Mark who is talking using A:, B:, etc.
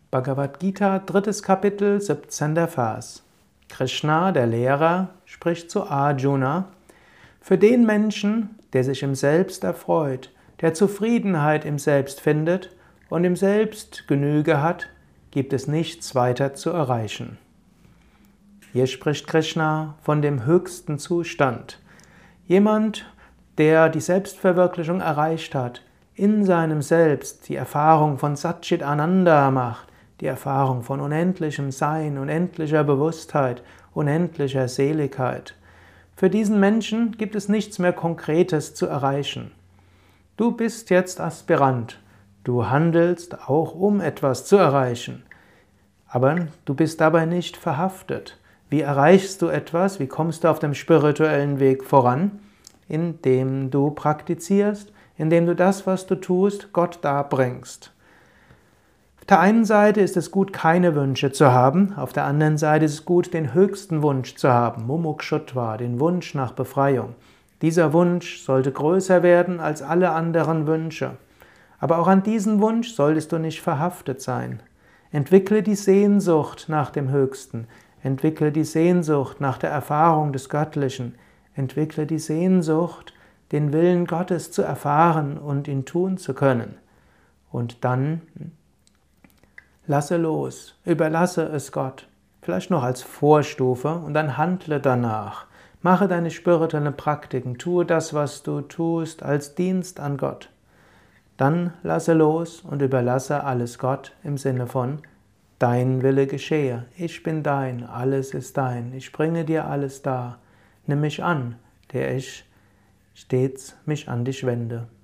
A: Bhagavad Gita, 3. Kapitel, 17. Vers. Krishna, der Lehrer, spricht zu Arjuna: Für den Menschen, der sich im Selbst erfreut, der Zufriedenheit im Selbst findet und im Selbst Genüge hat, gibt es nichts weiter zu erreichen. Hier spricht Krishna von dem höchsten Zustand. Jemand, der die Selbstverwirklichung erreicht hat, in seinem Selbst die Erfahrung von Satchit Ananda macht, die Erfahrung von unendlichem Sein, unendlicher Bewusstheit, unendlicher Seligkeit. Für diesen Menschen gibt es nichts mehr Konkretes zu erreichen. Du bist jetzt Aspirant. Du handelst auch, um etwas zu erreichen. Aber du bist dabei nicht verhaftet. Wie erreichst du etwas? Wie kommst du auf dem spirituellen Weg voran? Indem du praktizierst, indem du das, was du tust, Gott darbringst. Auf der einen Seite ist es gut, keine Wünsche zu haben, auf der anderen Seite ist es gut, den höchsten Wunsch zu haben, Mumukshutva, den Wunsch nach Befreiung. Dieser Wunsch sollte größer werden als alle anderen Wünsche. Aber auch an diesen Wunsch solltest du nicht verhaftet sein. Entwickle die Sehnsucht nach dem Höchsten, entwickle die Sehnsucht nach der Erfahrung des Göttlichen, entwickle die Sehnsucht, den Willen Gottes zu erfahren und ihn tun zu können. Und dann lasse los, überlasse es Gott, vielleicht noch als Vorstufe, und dann handle danach. Mache deine spirituellen Praktiken, tue das, was du tust, als Dienst an Gott. Dann lasse los und überlasse alles Gott im Sinne von: Dein Wille geschehe, ich bin dein, alles ist dein, ich bringe dir alles dar. Nimm mich an, der ich stets mich an dich wende.